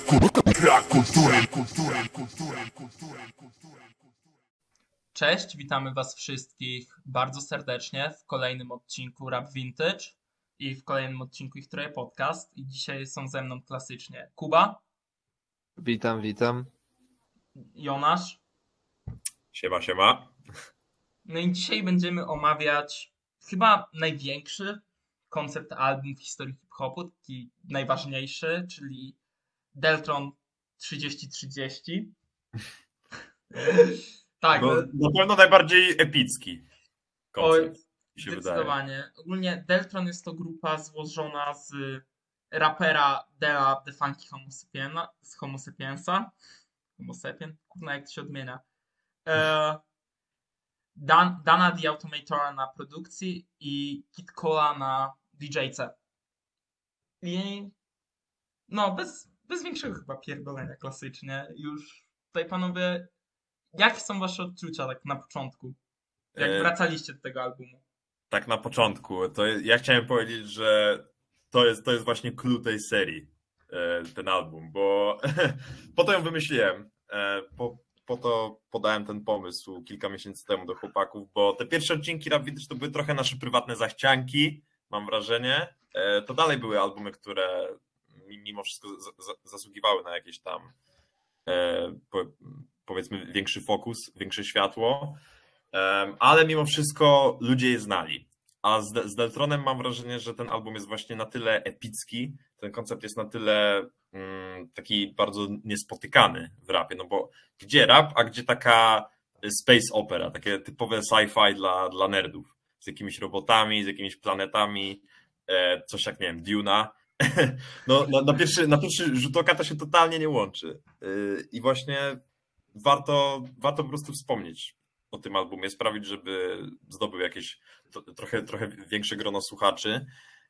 Cześć, witamy Was wszystkich bardzo serdecznie w kolejnym odcinku Rap Vintage i w kolejnym odcinku Ich Troje Podcast. I dzisiaj są ze mną klasycznie Kuba, Witam. Jonasz. Siema. No i dzisiaj będziemy omawiać chyba największy koncept album w historii hip-hopu, taki najważniejszy, czyli Deltron 3030. Tak, Na pewno najbardziej epicki koncept, mi się wydaje. zdecydowanie. Ogólnie Deltron jest to grupa złożona z rapera Dea The Funky Homo Sapiensa. Homo Sapien? Kurna, jak to się odmienia. Dana The Automatora na produkcji i Kid Cola na DJ-ce. I no, bez większego chyba pierdolenia klasycznie. Już tutaj panowie, jakie są wasze odczucia tak na początku? Jak wracaliście do tego albumu? Tak na początku, to ja chciałem powiedzieć, że to jest właśnie clue tej serii, ten album, bo po to ją wymyśliłem, po to podałem ten pomysł kilka miesięcy temu do chłopaków, bo te pierwsze odcinki Rap Vintage to były trochę nasze prywatne zachcianki, mam wrażenie. To dalej były albumy, które mimo wszystko zasługiwały na jakieś tam powiedzmy większy fokus, większe światło, ale mimo wszystko ludzie je znali. A z Deltronem mam wrażenie, że ten album jest właśnie na tyle epicki, ten koncept jest na tyle taki bardzo niespotykany w rapie, no bo gdzie rap, a gdzie taka space opera, takie typowe sci-fi dla nerdów, z jakimiś robotami, z jakimiś planetami, coś jak, nie wiem, Duna. No, na pierwszy rzut oka to się totalnie nie łączy. I właśnie warto po prostu wspomnieć o tym albumie, sprawić, żeby zdobył jakieś trochę większe grono słuchaczy.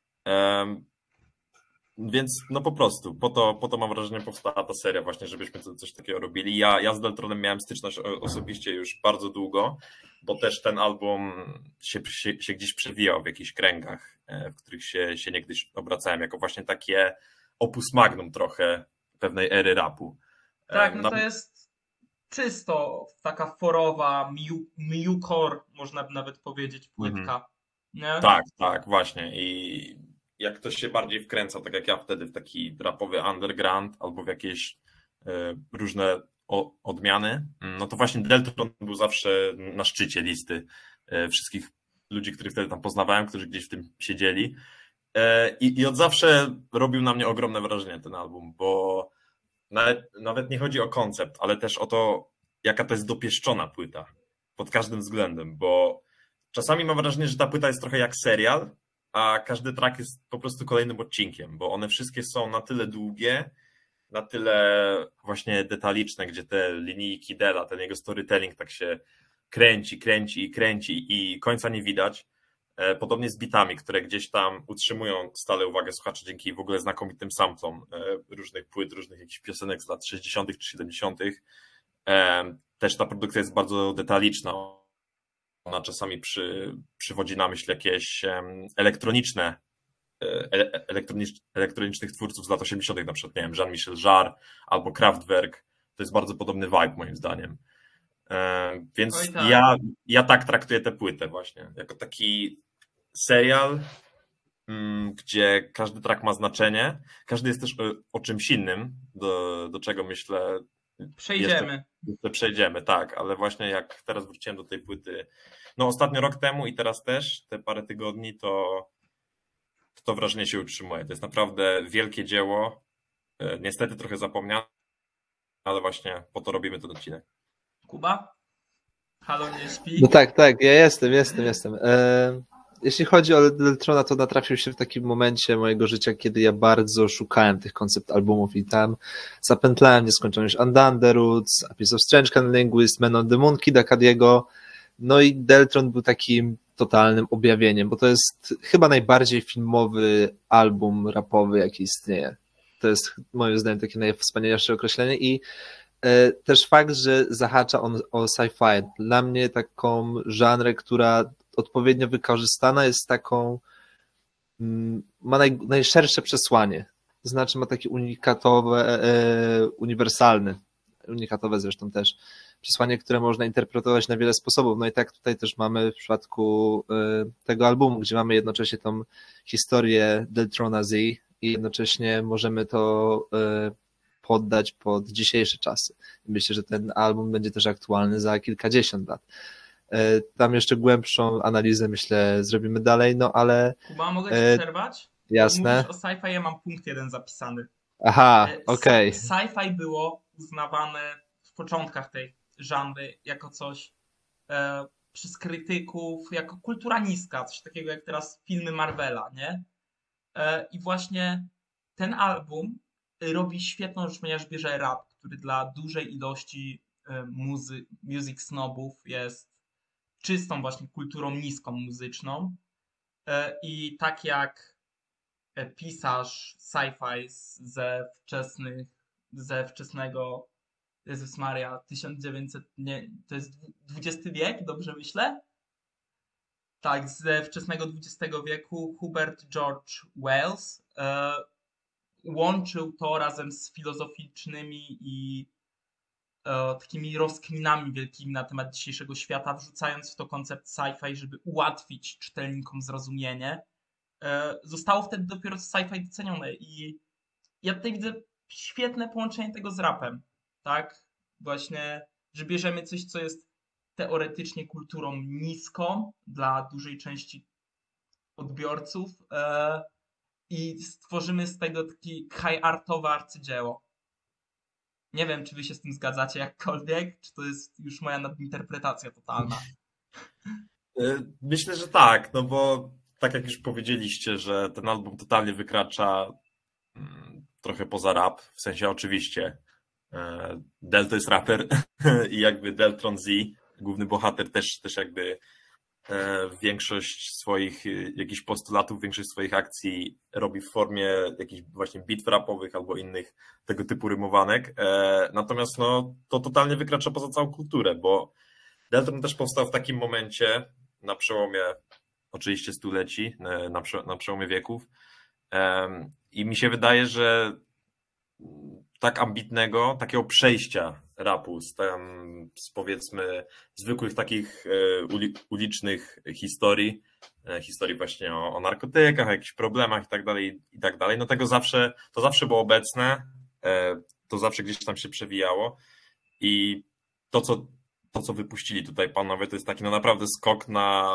Więc no po prostu, po to mam wrażenie powstała ta seria właśnie, żebyśmy coś takiego robili. Ja z Deltronem miałem styczność osobiście już bardzo długo, bo też ten album się gdzieś przewijał w jakichś kręgach, w których się niegdyś obracałem, jako właśnie takie opus magnum trochę pewnej ery rapu. Tak, no to jest czysto taka forowa, miucore, można by nawet powiedzieć, płytka. Nie? Tak, właśnie. I jak ktoś się bardziej wkręcał, tak jak ja wtedy, w taki rapowy underground albo w jakieś różne odmiany, no to właśnie Deltron był zawsze na szczycie listy wszystkich ludzi, których wtedy tam poznawałem, którzy gdzieś w tym siedzieli. I od zawsze robił na mnie ogromne wrażenie ten album, bo nawet nie chodzi o koncept, ale też o to, jaka to jest dopieszczona płyta pod każdym względem, bo czasami mam wrażenie, że ta płyta jest trochę jak serial, a każdy track jest po prostu kolejnym odcinkiem, bo one wszystkie są na tyle długie, na tyle właśnie detaliczne, gdzie te linijki Dela, ten jego storytelling tak się kręci i końca nie widać. Podobnie z bitami, które gdzieś tam utrzymują stale uwagę słuchaczy dzięki w ogóle znakomitym samplom różnych płyt, różnych jakichś piosenek z lat 60. czy 70. Też ta produkcja jest bardzo detaliczna. Ona czasami przywodzi na myśl jakieś elektronicznych twórców z lat 80., na przykład, nie wiem, Jean-Michel Jarre albo Kraftwerk. To jest bardzo podobny vibe moim zdaniem. Więc tak. ja tak traktuję tę płytę właśnie, jako taki serial, gdzie każdy track ma znaczenie, każdy jest też o czymś innym, do czego myślę jeszcze przejdziemy, tak, ale właśnie jak teraz wróciłem do tej płyty, no ostatnio rok temu i teraz też, te parę tygodni, to wrażenie się utrzymuje. To jest naprawdę wielkie dzieło, niestety trochę zapomniane, ale właśnie po to robimy ten odcinek. Kuba? Halo, nie śpi? No tak, ja jestem. Jeśli chodzi o Deltrona, to natrafił się w takim momencie mojego życia, kiedy ja bardzo szukałem tych koncept albumów i tam zapętlałem nieskończoność Undone the Roots, A Piece of Strange Can Linguist, Man on the Moon, Kida Cudiego. No i Deltron był takim totalnym objawieniem, bo to jest chyba najbardziej filmowy album rapowy, jaki istnieje. To jest moim zdaniem takie najwspanialsze określenie i też fakt, że zahacza on o sci-fi. Dla mnie taką żanrę, która odpowiednio wykorzystana jest taką, ma najszersze przesłanie. to znaczy ma takie unikatowe zresztą też przesłanie, które można interpretować na wiele sposobów. No i tak tutaj też mamy w przypadku tego albumu, gdzie mamy jednocześnie tą historię Deltrona Z i jednocześnie możemy to poddać pod dzisiejsze czasy. Myślę, że ten album będzie też aktualny za kilkadziesiąt lat. Tam jeszcze głębszą analizę, myślę, zrobimy dalej, no ale... Kuba, mogę ci przerwać? Jasne. Mówisz o sci-fi, ja mam punkt jeden zapisany. Aha, okej. Sci-fi było uznawane w początkach tej żanry jako coś przez krytyków, jako kultura niska, coś takiego jak teraz filmy Marvela, nie? I właśnie ten album robi świetną rzecz, ponieważ bierze rap, który dla dużej ilości music snobów jest czystą właśnie kulturą niską muzyczną. I tak jak pisarz sci-fi ze wczesnego, Jezus Maria, 1900, nie, to jest XX wiek, dobrze myślę? Tak, ze wczesnego XX wieku Hubert George Wells łączył to razem z filozoficznymi i takimi rozkminami wielkimi na temat dzisiejszego świata, wrzucając w to koncept sci-fi, żeby ułatwić czytelnikom zrozumienie. Zostało wtedy dopiero sci-fi docenione i ja tutaj widzę świetne połączenie tego z rapem, tak? Właśnie, że bierzemy coś, co jest teoretycznie kulturą niską dla dużej części odbiorców i stworzymy z tego taki high-artowe arcydzieło. Nie wiem, czy wy się z tym zgadzacie jakkolwiek, czy to jest już moja nadinterpretacja totalna. Myślę, że tak, no bo tak jak już powiedzieliście, że ten album totalnie wykracza trochę poza rap, w sensie oczywiście Del to jest raper i jakby Deltron Z, główny bohater też jakby większość swoich jakichś postulatów, większość swoich akcji robi w formie jakichś właśnie bitw rapowych albo innych tego typu rymowanek. Natomiast no, to totalnie wykracza poza całą kulturę, bo Deltron też powstał w takim momencie na przełomie oczywiście stuleci, na przełomie wieków i mi się wydaje, że tak ambitnego, takiego przejścia rapu z powiedzmy zwykłych takich ulicznych historii właśnie o narkotykach, o jakichś problemach i tak dalej, no to zawsze było obecne, to zawsze gdzieś tam się przewijało i to, co wypuścili tutaj panowie, to jest taki no naprawdę skok na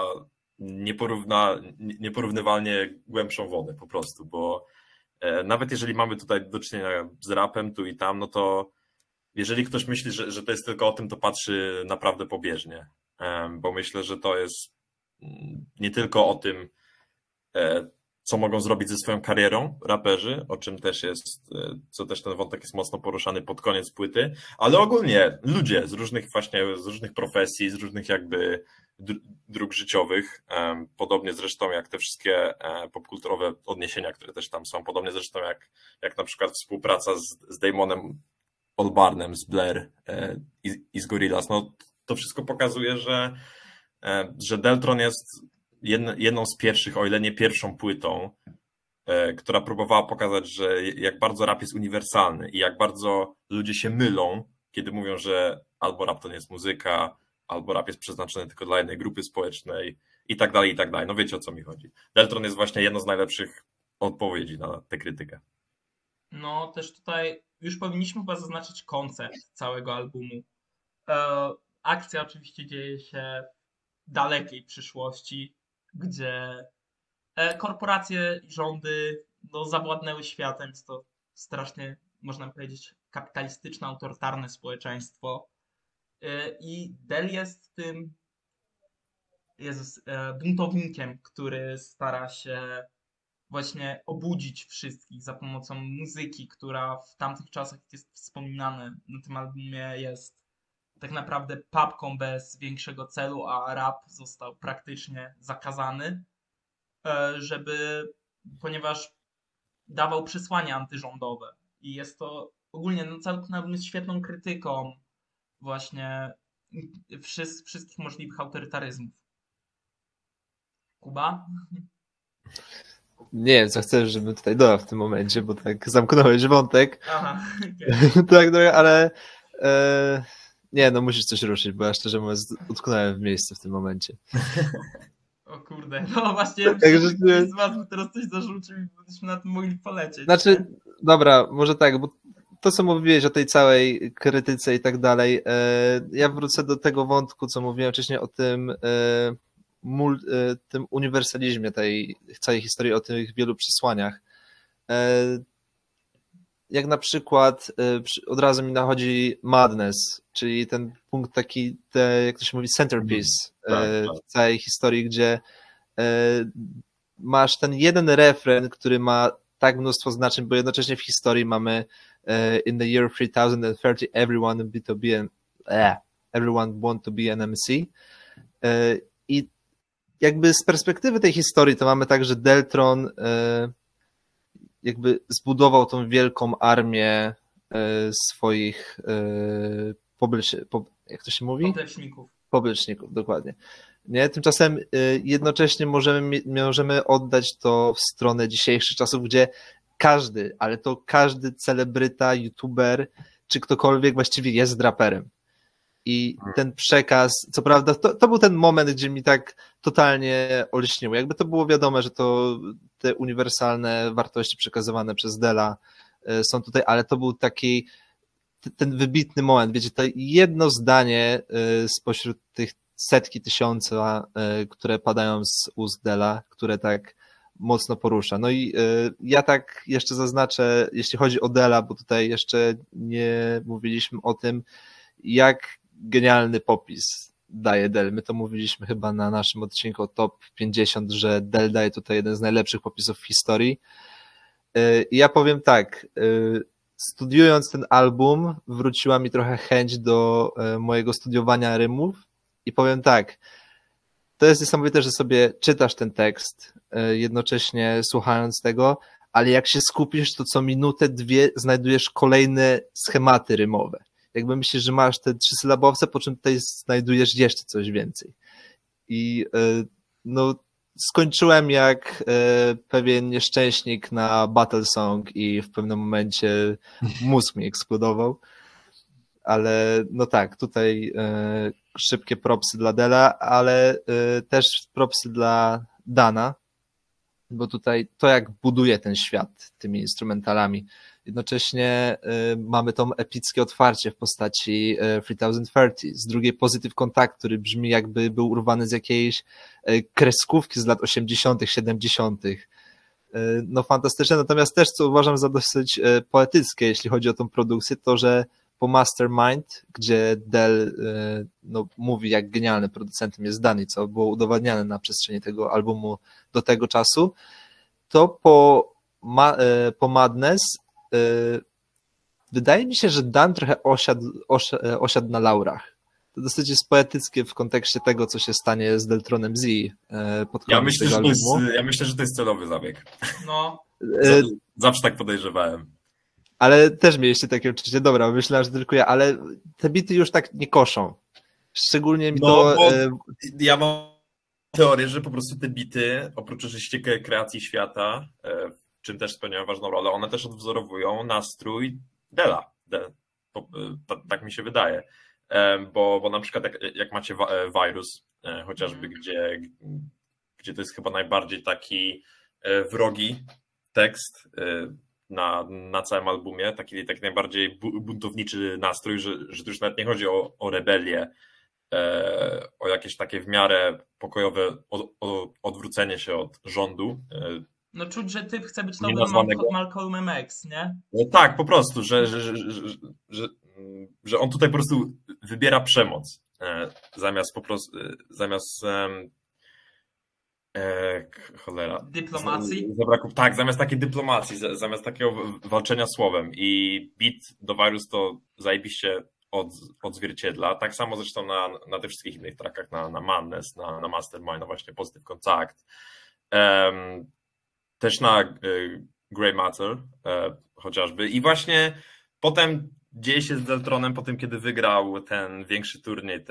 nieporównywalnie głębszą wodę po prostu, bo nawet jeżeli mamy tutaj do czynienia z rapem tu i tam, no to jeżeli ktoś myśli, że to jest tylko o tym, to patrzy naprawdę pobieżnie, bo myślę, że to jest nie tylko o tym, co mogą zrobić ze swoją karierą raperzy, o czym też jest, co też ten wątek jest mocno poruszany pod koniec płyty, ale ogólnie ludzie z różnych profesji, z różnych jakby dróg życiowych, podobnie zresztą jak te wszystkie popkulturowe odniesienia, które też tam są, podobnie zresztą jak na przykład współpraca z Damonem Albarnem z Blair i z Gorillaz. No, to wszystko pokazuje, że Deltron jest jedną z pierwszych, o ile nie pierwszą płytą, która próbowała pokazać, że jak bardzo rap jest uniwersalny i jak bardzo ludzie się mylą, kiedy mówią, że albo rap to nie jest muzyka, albo rap jest przeznaczony tylko dla jednej grupy społecznej i tak dalej, i tak dalej. No wiecie, o co mi chodzi. Deltron jest właśnie jedną z najlepszych odpowiedzi na tę krytykę. No też tutaj już powinniśmy chyba zaznaczyć koncept całego albumu. Akcja oczywiście dzieje się w dalekiej przyszłości, gdzie korporacje i rządy no, zawładnęły światem. Jest to strasznie, można powiedzieć, kapitalistyczne, autorytarne społeczeństwo. I Del jest tym buntownikiem, który stara się właśnie obudzić wszystkich za pomocą muzyki, która w tamtych czasach, jak jest wspominane na tym albumie, jest tak naprawdę papką bez większego celu, a rap został praktycznie zakazany, ponieważ dawał przesłania antyrządowe. I jest to ogólnie no, cały ten album jest świetną krytyką właśnie wszystkich możliwych autorytaryzmów. Kuba? Nie wiem, co chcesz, żebym tutaj dodał w tym momencie, bo tak zamknąłeś wątek. Aha, okej. Tak trochę, ale nie, no musisz coś ruszyć, bo ja szczerze mówiąc utknąłem w miejscu w tym momencie. O kurde, no właśnie, ja Także myślę, że ktoś z was by teraz coś zarzucił i byśmy na tym mogli polecieć. Znaczy, dobra, może tak, bo to, co mówiłeś o tej całej krytyce i tak dalej, ja wrócę do tego wątku, co mówiłem wcześniej o tym, tym uniwersalizmie tej całej historii, o tych wielu przesłaniach. Jak na przykład od razu mi nachodzi Madness, czyli ten punkt taki, jak to się mówi, centerpiece w całej historii, gdzie masz ten jeden refren, który ma tak mnóstwo znaczeń, bo jednocześnie w historii mamy in the year 3030 everyone want to be an MC. I jakby z perspektywy tej historii to mamy tak, że Deltron jakby zbudował tą wielką armię swoich jak to się mówi? Popleczników, dokładnie. Nie? Tymczasem jednocześnie możemy oddać to w stronę dzisiejszych czasów, gdzie każdy, ale to każdy celebryta, youtuber, czy ktokolwiek właściwie jest raperem. I ten przekaz, co prawda, to był ten moment, gdzie mi tak totalnie olśniło. Jakby to było wiadome, że to te uniwersalne wartości przekazywane przez Dela są tutaj, ale to był taki ten wybitny moment. Wiecie, to jedno zdanie spośród tych setki tysiąca, które padają z ust Dela, które tak mocno porusza. No i ja tak jeszcze zaznaczę, jeśli chodzi o Dela, bo tutaj jeszcze nie mówiliśmy o tym, jak genialny popis daje Del. My to mówiliśmy chyba na naszym odcinku o Top 50, że Del daje tutaj jeden z najlepszych popisów w historii. I ja powiem tak, studiując ten album, wróciła mi trochę chęć do mojego studiowania rymów i powiem tak, to jest niesamowite, że sobie czytasz ten tekst, jednocześnie słuchając tego, ale jak się skupisz, to co minutę, dwie znajdujesz kolejne schematy rymowe. Jakby myślisz, że masz te 3 sylabowce, po czym tutaj znajdujesz jeszcze coś więcej. I no, skończyłem jak pewien nieszczęśnik na Battle Song i w pewnym momencie mózg mi eksplodował. Ale no tak, tutaj szybkie propsy dla Dela, ale też propsy dla Dana, bo tutaj to jak buduje ten świat tymi instrumentalami. Jednocześnie mamy to epickie otwarcie w postaci 3030, z drugiej Positive Contact, który brzmi jakby był urwany z jakiejś kreskówki z lat 80., 70. No fantastyczne, natomiast też co uważam za dosyć poetyckie, jeśli chodzi o tą produkcję, to że po Mastermind, gdzie Del no, mówi, jak genialnym producentem jest Danny, co było udowadniane na przestrzeni tego albumu do tego czasu, to po Madness wydaje mi się, że Dan trochę osiadł na laurach. To dosyć jest poetyckie w kontekście tego, co się stanie z Deltronem Z pod koniec tego albumu. Ja myślę, że to jest celowy zabieg. No. Zawsze tak podejrzewałem. Ale też mieliście takie uczucie, dobra, myślałem, że tylko ja, ale te bity już tak nie koszą. Szczególnie mi to... Ja mam teorię, że po prostu te bity, oprócz oczywiście kreacji świata, w czym też spełniają ważną rolę, one też odwzorowują nastrój Dela. Tak mi się wydaje. Bo na przykład jak macie Virus, chociażby, gdzie to jest chyba najbardziej taki wrogi tekst na całym albumie, taki najbardziej buntowniczy nastrój, że to już nawet nie chodzi o rebelię, o jakieś takie w miarę pokojowe odwrócenie się od rządu. No czuć, że typ chce być nowym Malcolmem X, nie? No tak, po prostu, że on tutaj po prostu wybiera przemoc zamiast cholera. Dyplomacji? Tak, zamiast takiej dyplomacji, zamiast takiego walczenia słowem. I beat do Virus to zajebiście odzwierciedla. Tak samo zresztą na tych wszystkich innych trackach, na Madness, na Mastermind, na właśnie Positive Contact. Też na Grey Matter chociażby. I właśnie potem dzieje się z Deltronem po tym, kiedy wygrał ten większy turniej,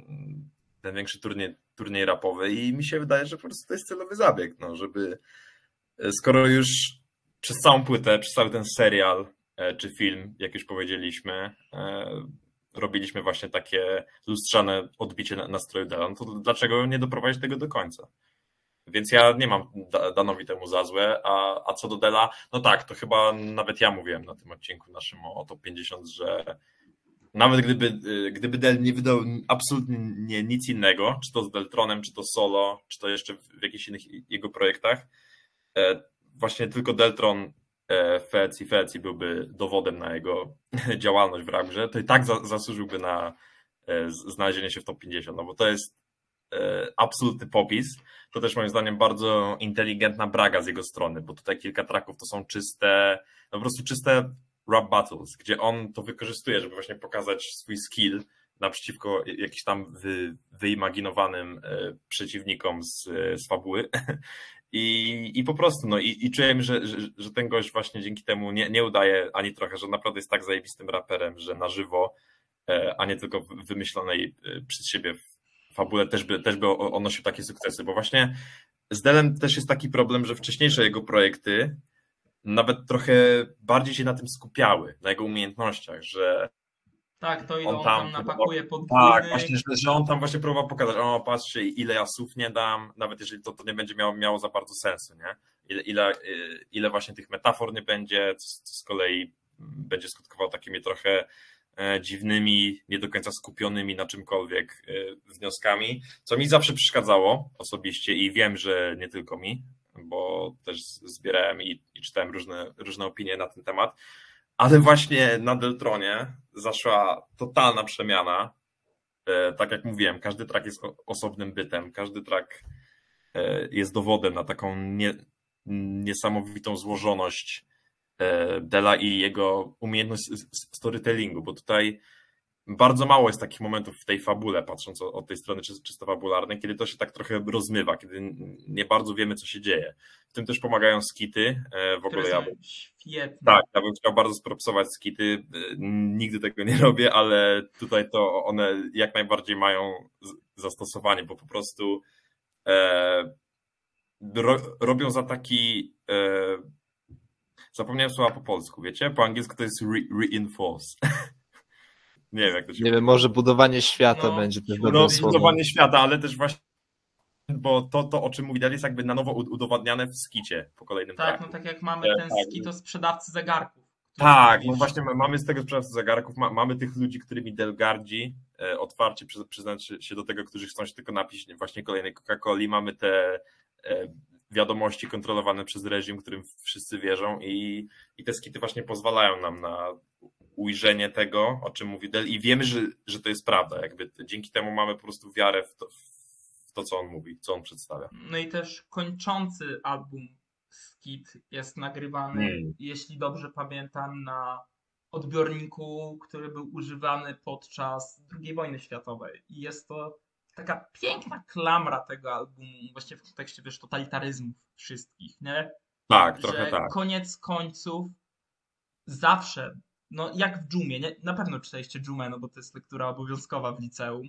turniej rapowy i mi się wydaje, że po prostu to jest celowy zabieg, no, żeby skoro już przez całą płytę, przez cały ten serial czy film, jak już powiedzieliśmy, robiliśmy właśnie takie lustrzane odbicie nastroju Dela, no to dlaczego nie doprowadzić tego do końca? Więc ja nie mam Danowi temu za złe, a co do Dela, no tak, to chyba nawet ja mówiłem na tym odcinku naszym o Top 50, że nawet gdyby Del nie wydał absolutnie nic innego, czy to z Deltronem, czy to solo, czy to jeszcze w jakichś innych jego projektach, właśnie tylko Deltron Feci byłby dowodem na jego działalność w rap-grze, to i tak zasłużyłby na znalezienie się w top 50, no bo to jest absolutny popis. To też moim zdaniem bardzo inteligentna braga z jego strony, bo tutaj kilka tracków to są czyste, no po prostu czyste rap battles, gdzie on to wykorzystuje, żeby właśnie pokazać swój skill naprzeciwko jakichś tam wyimaginowanym przeciwnikom z fabuły. I po prostu, no i czujemy, że ten gość właśnie dzięki temu nie udaje ani trochę, że naprawdę jest tak zajebistym raperem, że na żywo, a nie tylko w wymyślonej przez siebie fabule też by odnosił takie sukcesy, bo właśnie z Delem też jest taki problem, że wcześniejsze jego projekty nawet trochę bardziej się na tym skupiały, na jego umiejętnościach, że Tak, to ile on on tam tam napakuje podwójnych. tak, właśnie, że on tam właśnie próbował pokazać, o patrzcie, ile ja słów nie dam, nawet jeżeli to nie będzie miało za bardzo sensu, nie? Ile właśnie tych metafor nie będzie, co z kolei będzie skutkowało takimi trochę dziwnymi, nie do końca skupionymi na czymkolwiek wnioskami, co mi zawsze przeszkadzało osobiście i wiem, że nie tylko mi, bo też zbierałem i czytałem różne opinie na ten temat, ale właśnie na Deltronie zaszła totalna przemiana. Tak jak mówiłem, każdy track jest osobnym bytem, każdy track jest dowodem na taką niesamowitą złożoność Dela i jego umiejętność storytellingu, bo tutaj bardzo mało jest takich momentów w tej fabule, patrząc od tej strony czysto fabularnej, kiedy to się tak trochę rozmywa, kiedy nie bardzo wiemy, co się dzieje. W tym też pomagają skity. W ogóle Świetnie. tak, ja bym chciał bardzo spropsować skity. Nigdy tego nie robię, ale tutaj to one jak najbardziej mają zastosowanie, bo po prostu robią za taki zapomniałem słowa po polsku, wiecie? Po angielsku to jest reinforce. Nie wiem, jak to się Nie wiem, może budowanie świata będzie też dobrym słowem. Budowanie świata, ale też właśnie, bo to o czym mówi Del, jest jakby na nowo udowadniane w skicie po kolejnym Tak, tracku. no tak jak mamy ten skit o sprzedawcy zegarków. Tak, no właśnie mamy z tego sprzedawcy zegarków, mamy tych ludzi, którymi Del gardzi, otwarcie przyznać się do tego, którzy chcą się tylko napić właśnie kolejnej Coca-Coli, mamy te wiadomości kontrolowane przez reżim, którym wszyscy wierzą i te skity właśnie pozwalają nam na ujrzenie tego, o czym mówi Del i wiemy, że to jest prawda. Jakby dzięki temu mamy po prostu wiarę w to, co on mówi, co on przedstawia. No i też kończący album skit jest nagrywany, jeśli dobrze pamiętam, na odbiorniku, który był używany podczas II wojny światowej. I jest to taka piękna klamra tego albumu, właśnie w kontekście, wiesz, totalitaryzmów wszystkich, nie? Tak, trochę że tak. Koniec końców zawsze, no jak w Dżumie, nie? Na pewno czytaliście Dżumę, no bo to jest lektura obowiązkowa w liceum.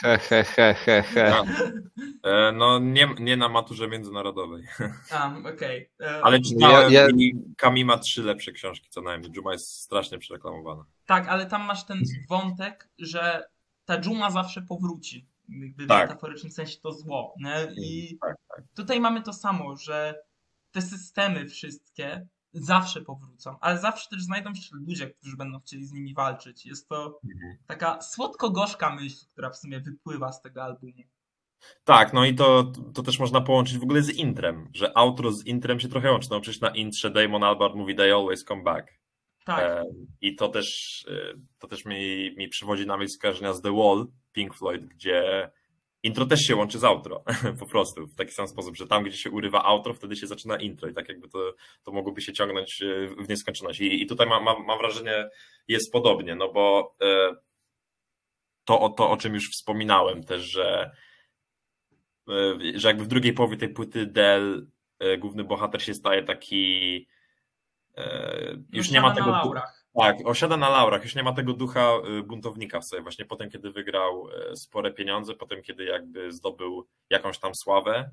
No nie na maturze międzynarodowej. Okej. Ale czytałem i Kami ma 3 lepsze książki co najmniej. Dżuma jest strasznie przereklamowana. Tak, ale tam masz ten wątek, że ta dżuma zawsze powróci. Jakby w Tak. metaforycznym sensie to zło. Nie? I tak. tutaj mamy to samo, że te systemy wszystkie zawsze powrócą, ale zawsze też znajdą się ludzie, którzy będą chcieli z nimi walczyć. Jest to taka słodko-gorzka myśl, która w sumie wypływa z tego albumu. Tak, no i to też można połączyć w ogóle z intrem, że outro z intrem się trochę łączy. No przecież na intrze Damon Albarn mówi "They always come back". Tak. I to też mi przywodzi na myśl skojarzenia z The Wall, Pink Floyd, gdzie intro też się łączy z outro, po prostu, w taki sam sposób, że tam, gdzie się urywa outro, wtedy się zaczyna intro i tak jakby to mogłoby się ciągnąć w nieskończoność. I tutaj mam wrażenie, jest podobnie, no bo to o czym już wspominałem też, że jakby w drugiej połowie tej płyty Del, główny bohater się staje taki już nie ma tego laurach. Tak, osiada na laurach, już nie ma tego ducha buntownika w sobie, właśnie potem, kiedy wygrał spore pieniądze, potem, kiedy jakby zdobył jakąś tam sławę,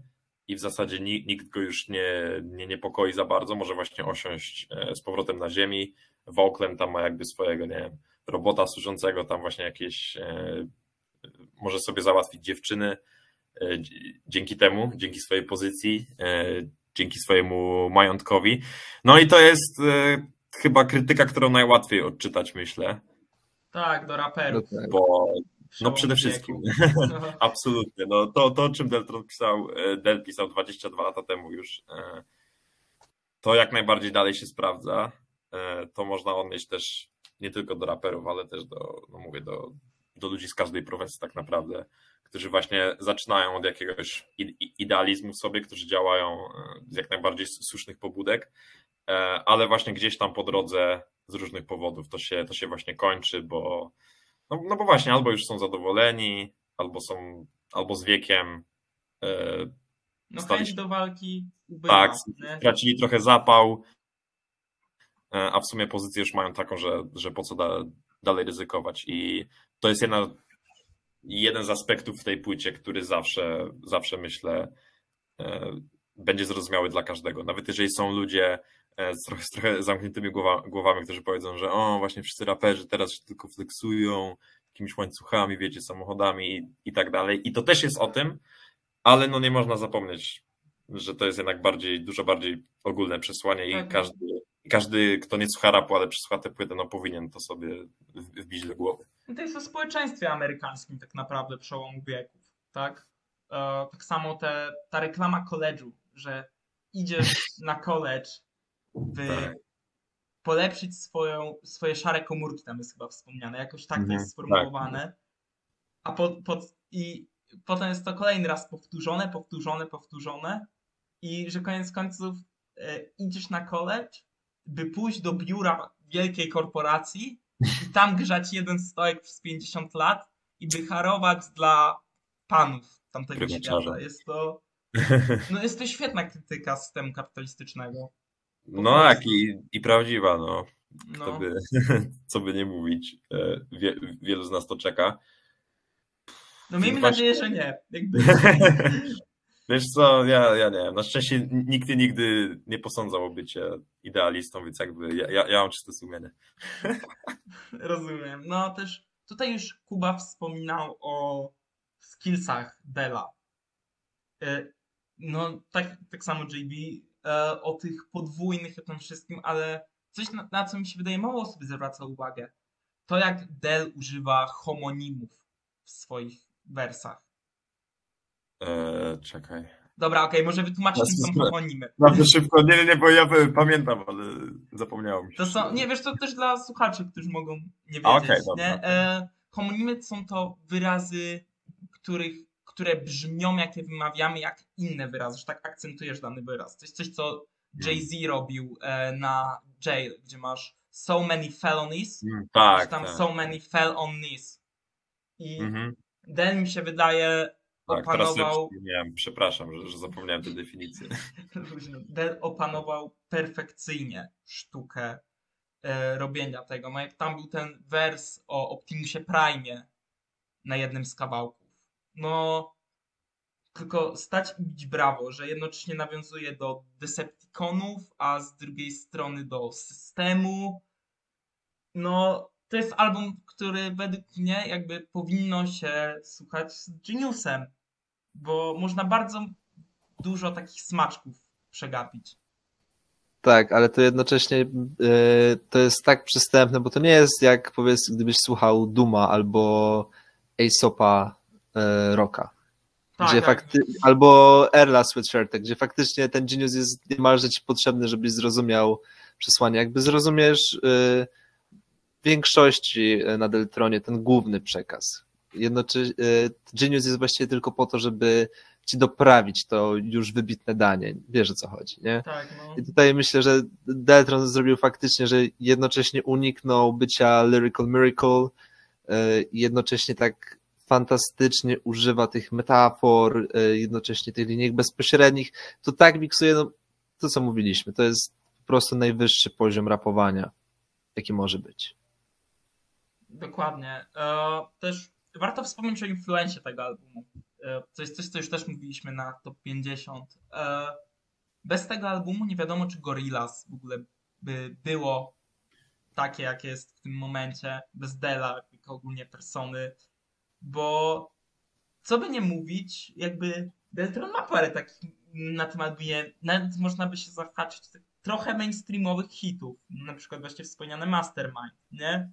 i w zasadzie nikt go już nie niepokoi za bardzo, może właśnie osiąść z powrotem na ziemi. W Oakland tam ma jakby swojego, nie wiem, robota służącego, tam właśnie jakieś, może sobie załatwić dziewczyny dzięki swojej pozycji, dzięki swojemu majątkowi. No i to jest chyba krytyka, którą najłatwiej odczytać, myślę. Tak, do raperów. No tak. Bo Przełomu przede wszystkim, wieku. absolutnie. No, to o czym Del pisał 22 lata temu już, to jak najbardziej dalej się sprawdza. To można odnieść też nie tylko do raperów, ale też do ludzi z każdej profesji tak naprawdę, którzy właśnie zaczynają od jakiegoś idealizmu w sobie, którzy działają z jak najbardziej słusznych pobudek, ale właśnie gdzieś tam po drodze z różnych powodów to się właśnie kończy, bo bo właśnie albo już są zadowoleni, albo z wiekiem No stali chęć się, do walki ubywa. tak, Nie? stracili trochę zapał, a w sumie pozycję już mają taką, że po co dalej ryzykować. I to jest jeden z aspektów w tej płycie, który zawsze myślę będzie zrozumiały dla każdego. Nawet jeżeli są ludzie z trochę zamkniętymi głowami, którzy powiedzą, że właśnie wszyscy raperzy teraz się tylko flexują jakimiś łańcuchami, wiecie, samochodami i tak dalej. I to też jest o tym, ale no nie można zapomnieć, że to jest jednak dużo bardziej ogólne przesłanie i Tak. każdy, kto nie słucha rapu, ale przesłucha tę płytę, no powinien to sobie wbić do głowy. No to jest o społeczeństwie amerykańskim tak naprawdę przełomu wieków, tak? Tak samo ta reklama koledżu, że idziesz na college, by Tak. polepszyć swoje szare komórki, tam jest chyba wspomniane, jakoś tak to jest sformułowane, i potem jest to kolejny raz powtórzone i że koniec końców idziesz na college, by pójść do biura wielkiej korporacji i tam grzać jeden stojek przez 50 lat i by harować dla panów tamtego Prywatniarza. świata. Jest to świetna krytyka systemu kapitalistycznego. No tak, i prawdziwa, no. No. Co by nie mówić. Wielu z nas to czeka. No miejmy Właśnie- nadzieję, że nie. Wiesz co, ja nie wiem. Na szczęście nikt mnie nigdy nie posądzał o bycie idealistą, więc jakby ja mam czyste sumienie. Rozumiem. No też tutaj już Kuba wspominał o skillsach Dela. No tak samo JB, o tych podwójnych i tym wszystkim, ale coś na co mi się wydaje mało osób zwraca uwagę. To jak Del używa homonimów w swoich wersach. Czekaj. Dobra, okej, może wytłumaczyć czym są homonimy. Bardzo szybko. Nie, bo ja pamiętam, ale zapomniało mi się. To są, nie wiesz, to też dla słuchaczy, którzy mogą nie wiedzieć. Okej, dobra, nie? Homonimy są to wyrazy, które brzmią, jak je wymawiamy, jak inne wyrazy, że tak akcentujesz dany wyraz. To jest coś, co Jay-Z robił na Jail, gdzie masz so many felonies, Tak, czy tam tak. so many felonies. I Mhm. Del mi się wydaje Tak, teraz sobie opanował, przypomniałem. Przepraszam, że zapomniałem tę definicję. Del opanował perfekcyjnie sztukę robienia tego. No jak tam był ten wers o Optimusie Prime'ie na jednym z kawałków. No, tylko stać i bić brawo, że jednocześnie nawiązuje do Decepticonów, a z drugiej strony do systemu. No, to jest album, który według mnie jakby powinno się słuchać z Geniusem, bo można bardzo dużo takich smaczków przegapić. Tak, ale to jednocześnie to jest tak przystępne, bo to nie jest jak powiedz, gdybyś słuchał Duma albo Aesop'a Rocka. Gdzie albo Erla Sweatshirta, gdzie faktycznie ten genius jest niemalże ci potrzebny, żebyś zrozumiał przesłanie. Jakby zrozumiesz w większości na Deltronie ten główny przekaz. Jednocześnie genius jest właściwie tylko po to, żeby ci doprawić to już wybitne danie. Wiesz, o co chodzi, nie? Tak, no. I tutaj myślę, że Deltron zrobił faktycznie, że jednocześnie uniknął bycia lyrical miracle i jednocześnie tak fantastycznie używa tych metafor, jednocześnie tych linijek bezpośrednich. To tak miksuje, no to co mówiliśmy, to jest po prostu najwyższy poziom rapowania, jaki może być. Dokładnie. Też warto wspomnieć o influencie tego albumu. To jest coś, co już też mówiliśmy na Top 50. Bez tego albumu nie wiadomo, czy Gorillaz w ogóle by było takie, jakie jest w tym momencie, bez Dela, jako ogólnie persony, bo co by nie mówić, jakby Deltron ma parę takich na tym albumie, nawet można by się zahaczyć trochę mainstreamowych hitów, na przykład właśnie wspomniane Mastermind, nie?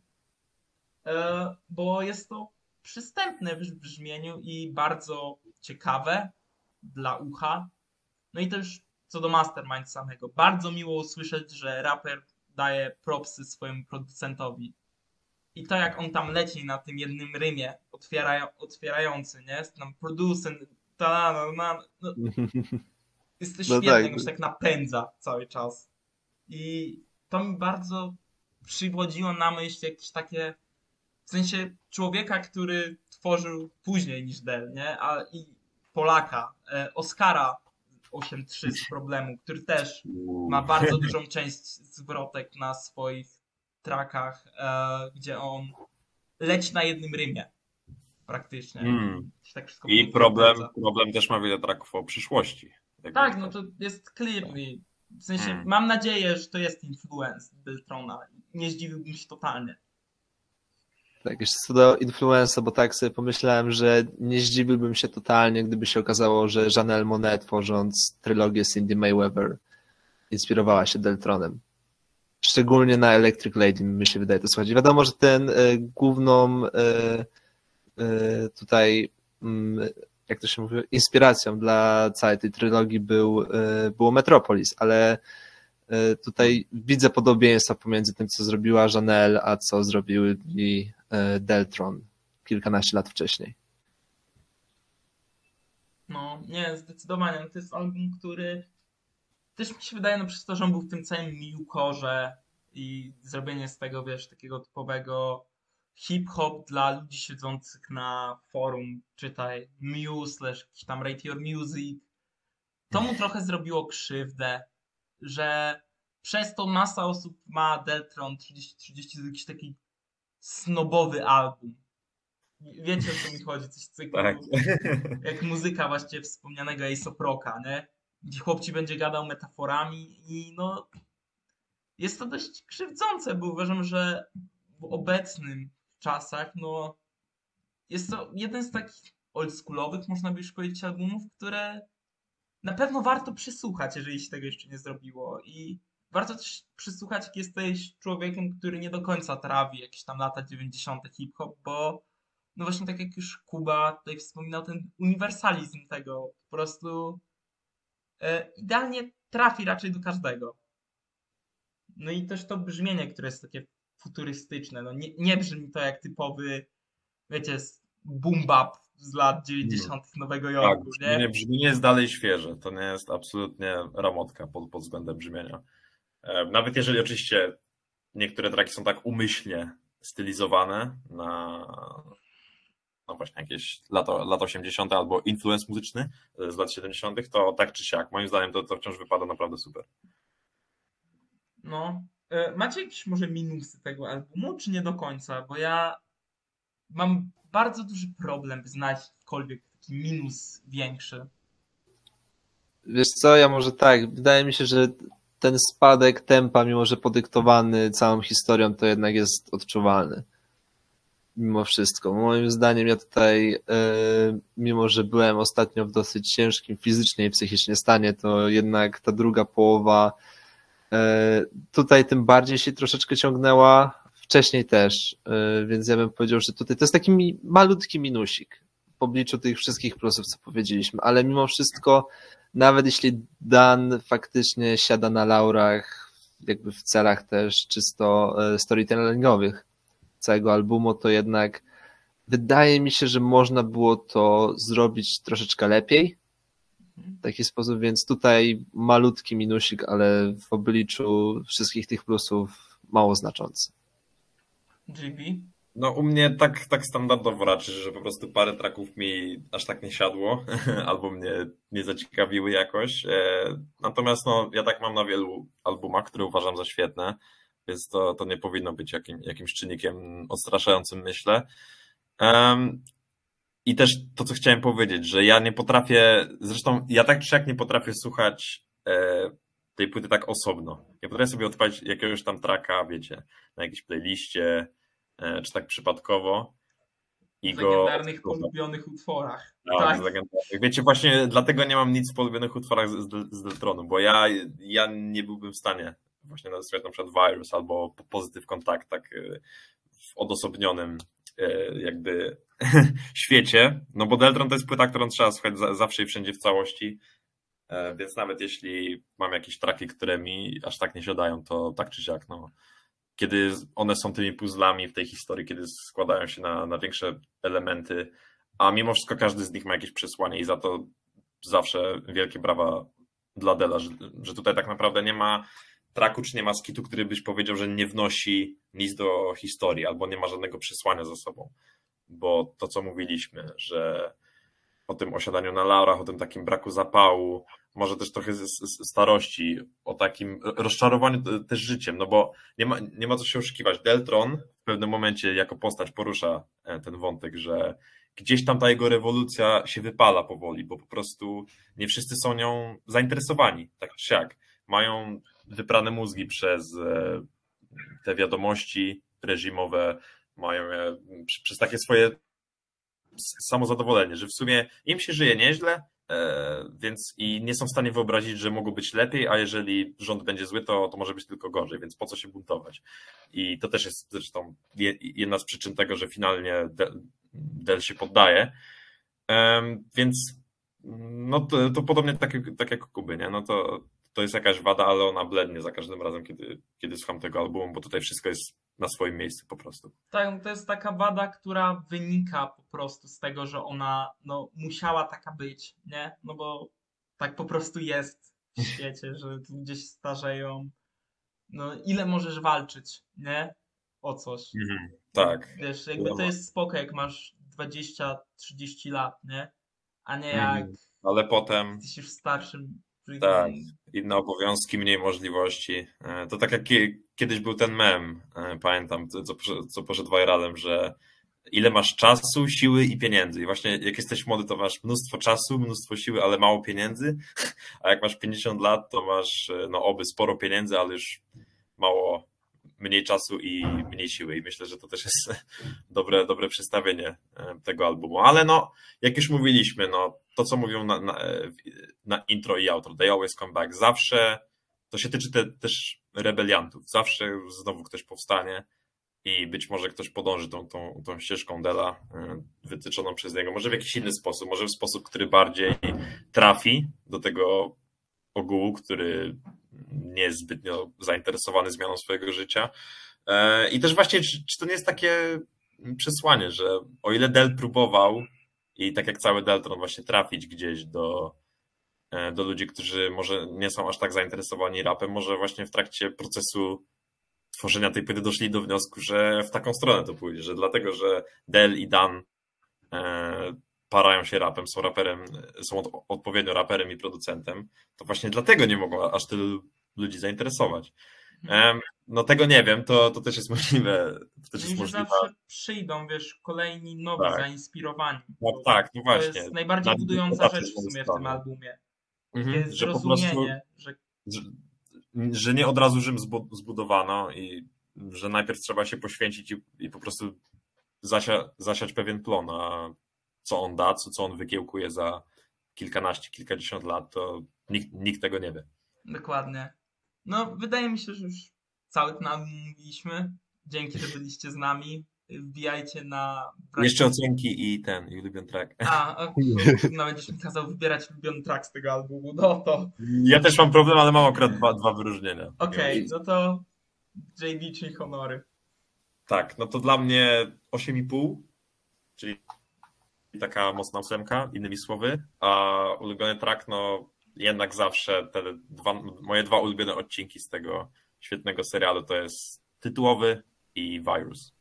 Bo jest to przystępne w brzmieniu i bardzo ciekawe dla ucha. No i też co do Mastermind samego. Bardzo miło usłyszeć, że raper daje propsy swojemu producentowi. I to jak on tam leci na tym jednym rymie otwierający, nie? Tam producent, no, jest to No świetne, tak. jak on się tak napędza cały czas. I to mi bardzo przywodziło na myśl jakieś takie, w sensie człowieka, który tworzył później niż Del, nie? I Polaka, Oskara 8.3 z Problemu, który też ma bardzo dużą część zwrotek na swoich trackach, gdzie on leci na jednym rymie praktycznie. Się tak wszystko I problem też ma wiele tracków o przyszłości. Tak, no to jest clearly. W sensie mam nadzieję, że to jest influence Deltrona. Nie zdziwiłbym się totalnie. Tak, jeszcze co do influenza, bo tak sobie pomyślałem, że nie zdziwiłbym się totalnie, gdyby się okazało, że Janelle Monáe, tworząc trylogię Cindy Mayweather, inspirowała się Deltronem. Szczególnie na Electric Lady, mi się wydaje to słuchać. Wiadomo, że ten główną tutaj, jak to się mówi, inspiracją dla całej tej trylogii było Metropolis, ale tutaj widzę podobieństwa pomiędzy tym, co zrobiła Janelle, a co zrobił Deltron kilkanaście lat wcześniej. No, nie, zdecydowanie. To jest album, który też mi się wydaje, no przez to, że on był w tym całym metalcore i zrobienie z tego, wiesz, takiego typowego hip-hop dla ludzi siedzących na forum, czytaj Muse, jakiś tam Rate Your Music, to mu trochę zrobiło krzywdę, że przez to masa osób ma Deltron 3030 z jakiś taki snobowy album. Wiecie, o co mi chodzi? Coś takiego, Tak. jak muzyka właśnie wspomnianego Aesop Rocka, nie? Gdzie chłopci będzie gadał metaforami i no jest to dość krzywdzące, bo uważam, że w obecnych czasach no jest to jeden z takich oldschoolowych, można by już powiedzieć, albumów, które na pewno warto przysłuchać, jeżeli się tego jeszcze nie zrobiło. I warto też przysłuchać, jak jesteś człowiekiem, który nie do końca trawi jakieś tam lata 90. hip-hop, bo no właśnie tak jak już Kuba tutaj wspominał, ten uniwersalizm tego po prostu idealnie trafi raczej do każdego. No i też to brzmienie, które jest takie futurystyczne. No nie brzmi to jak typowy, wiecie, boom bap z lat 90. Nowego Jorku, nie? Brzmienie jest dalej świeże. To nie jest absolutnie ramotka pod względem brzmienia. Nawet jeżeli oczywiście niektóre traki są tak umyślnie stylizowane na właśnie jakieś lata 80. albo influence muzyczny z lat 70., to tak czy siak, moim zdaniem to wciąż wypada naprawdę super. No. Macie jakieś może minusy tego albumu, czy nie do końca? Bo ja mam bardzo duży problem znaleźć jakikolwiek taki minus większy. Wiesz co, ja może tak, wydaje mi się, że ten spadek tempa, mimo że podyktowany całą historią, to jednak jest odczuwalny. Mimo wszystko. Moim zdaniem ja tutaj, mimo że byłem ostatnio w dosyć ciężkim fizycznie i psychicznie stanie, to jednak ta druga połowa tutaj tym bardziej się troszeczkę ciągnęła, wcześniej też, więc ja bym powiedział, że tutaj to jest taki malutki minusik w obliczu tych wszystkich plusów, co powiedzieliśmy, ale mimo wszystko, nawet jeśli Dan faktycznie siada na laurach, jakby w celach też czysto storytellingowych całego albumu, to jednak wydaje mi się, że można było to zrobić troszeczkę lepiej w taki sposób, więc tutaj malutki minusik, ale w obliczu wszystkich tych plusów mało znaczący. GB? No u mnie tak standardowo raczej, że po prostu parę traków mi aż tak nie siadło, albo mnie nie zaciekawiły jakoś. Natomiast no, ja tak mam na wielu albumach, które uważam za świetne, więc to nie powinno być jakimś czynnikiem odstraszającym, myślę. i też to, co chciałem powiedzieć, że ja nie potrafię, zresztą ja tak czy jak nie potrafię słuchać tej płyty tak osobno. Nie potrafię sobie odpalić jakiegoś tam tracka, wiecie, na jakiejś playliście, czy tak przypadkowo i W go... legendarnych, polubionych utworach. Tak, z legendarnych. Wiecie, właśnie dlatego nie mam nic w polubionych utworach z Deltronu, bo ja nie byłbym w stanie właśnie słuchać na przykład Virus albo Positive Contact tak w odosobnionym jakby świecie, no bo Deltron to jest płyta, którą trzeba słuchać zawsze i wszędzie w całości, więc nawet jeśli mam jakieś traki, które mi aż tak nie siadają, to tak czy siak, no kiedy one są tymi puzzlami w tej historii, kiedy składają się na większe elementy, a mimo wszystko każdy z nich ma jakieś przesłanie i za to zawsze wielkie brawa dla Dela, że tutaj tak naprawdę nie ma traku, czy nie ma skitu, który byś powiedział, że nie wnosi nic do historii, albo nie ma żadnego przesłania za sobą. Bo to, co mówiliśmy, że o tym osiadaniu na laurach, o tym takim braku zapału, może też trochę starości, o takim rozczarowaniu też życiem, no bo nie ma co się oszukiwać. Deltron w pewnym momencie jako postać porusza ten wątek, że gdzieś tam ta jego rewolucja się wypala powoli, bo po prostu nie wszyscy są nią zainteresowani, tak czy siak. Mają wyprane mózgi przez te wiadomości reżimowe, mają je przez takie swoje samozadowolenie, że w sumie im się żyje nieźle, więc i nie są w stanie wyobrazić, że mogło być lepiej, a jeżeli rząd będzie zły, to może być tylko gorzej, więc po co się buntować? I to też jest zresztą jedna z przyczyn tego, że finalnie Del się poddaje. Więc no to podobnie tak jak u Kuby, nie? No to jest jakaś wada, ale ona blednie za każdym razem, kiedy słucham tego albumu, bo tutaj wszystko jest na swoim miejscu po prostu. Tak, to jest taka wada, która wynika po prostu z tego, że ona musiała taka być, nie? No bo tak po prostu jest w świecie, że ludzie się starzeją. No ile możesz walczyć, nie? O coś. Tak. Wiesz, jakby to jest spoko, jak masz 20-30 lat, nie? A nie jak ale potem jesteś już starszym. tak, inne obowiązki, mniej możliwości. To tak jak kiedyś był ten mem, pamiętam, co poszedł viralem, że ile masz czasu, siły i pieniędzy. I właśnie jak jesteś młody, to masz mnóstwo czasu, mnóstwo siły, ale mało pieniędzy, a jak masz 50 lat, to masz oby sporo pieniędzy, ale już mniej czasu i mniej siły. I myślę, że to też jest dobre przedstawienie tego albumu. Ale jak już mówiliśmy, to co mówią na intro i outro, they always come back. Zawsze, to się tyczy też rebeliantów. Zawsze znowu ktoś powstanie i być może ktoś podąży tą ścieżką Dela wytyczoną przez niego. Może w jakiś inny sposób, może w sposób, który bardziej trafi do tego ogółu, który nie jest zbytnio zainteresowany zmianą swojego życia. I też właśnie, czy to nie jest takie przesłanie, że o ile Del próbował i tak jak cały Deltron właśnie trafić gdzieś do ludzi, którzy może nie są aż tak zainteresowani rapem, może właśnie w trakcie procesu tworzenia tej płyty doszli do wniosku, że w taką stronę to pójdzie, że dlatego, że Del i Dan parają się rapem, są odpowiednio raperem i producentem, to właśnie dlatego nie mogą aż tylu ludzi zainteresować. Tego nie wiem, to też jest możliwe. To też jest możliwe. Zawsze przyjdą, kolejni nowi, zainspirowani. Tak, no właśnie. To jest najbardziej budująca rzecz w sumie w tym albumie. Jest że zrozumienie, że nie od razu Rzym zbudowano i że najpierw trzeba się poświęcić i po prostu zasiać pewien plon, a co on da, co on wykiełkuje za kilkadziesiąt lat, to nikt tego nie wie. Dokładnie. Wydaje mi się, że już cały ten album mówiliśmy. Dzięki, że byliście z nami. Wbijajcie na... Jeszcze ocenki i ulubiony track. Będziesz mi kazał wybierać ulubiony track z tego albumu. To... Ja też mam problem, ale mam akurat dwa wyróżnienia. Okej, to JD, czyli honory. Tak, to dla mnie 8,5, czyli taka mocna 8, innymi słowy, a ulubiony track, jednak zawsze moje dwa ulubione odcinki z tego świetnego serialu to jest tytułowy i Virus.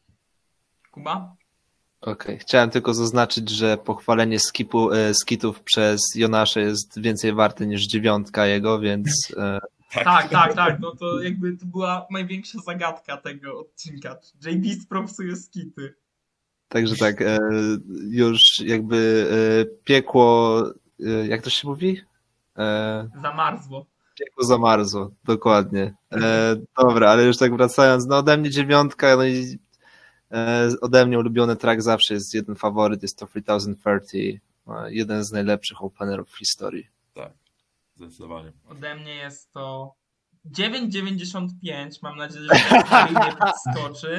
Kuba? Okej. Chciałem tylko zaznaczyć, że pochwalenie skitów przez Jonasza jest więcej warte niż 9 jego, więc... Tak. To jakby to była największa zagadka tego odcinka. JB sprowsuje skity. Także tak, już jakby piekło, jak to się mówi? Zamarzło. Piekło zamarzło, dokładnie. Dobra, ale już tak wracając, no ode mnie 9, no i ode mnie ulubiony track zawsze jest jeden faworyt, jest to 3030, jeden z najlepszych openerów w historii. Tak, zdecydowanie. Ode mnie jest to 9,95. Mam nadzieję, że to nie podskoczy.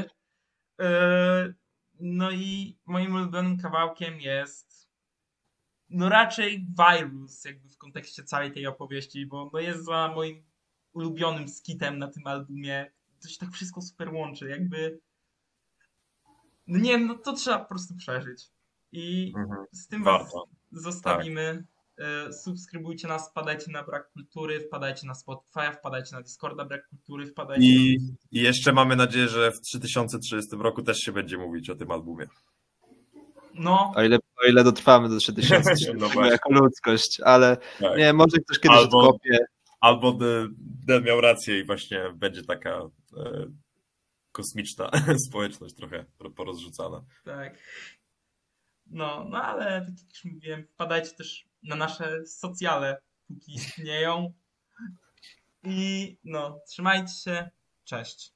No i moim ulubionym kawałkiem jest no raczej Virus, jakby w kontekście całej tej opowieści, bo no jest za moim ulubionym skitem na tym albumie. To się tak wszystko super łączy, jakby no nie wiem, no to trzeba po prostu przeżyć. I z tym was Warto. zostawimy. Subskrybujcie nas, wpadajcie na Brak Kultury, wpadajcie na Spotify, wpadajcie na Discorda Brak Kultury, wpadajcie I jeszcze mamy nadzieję, że w 2030 roku też się będzie mówić o tym albumie. no, O ile dotrwamy do 3000 No właśnie. jako ludzkość, ale Tak. nie, może ktoś kiedyś Albo- odkopie. Albo Den miał rację i właśnie będzie taka kosmiczna społeczność trochę porozrzucana. tak. No, ale tak jak już mówiłem, wpadajcie też na nasze socjale, póki istnieją. I no, trzymajcie się, cześć.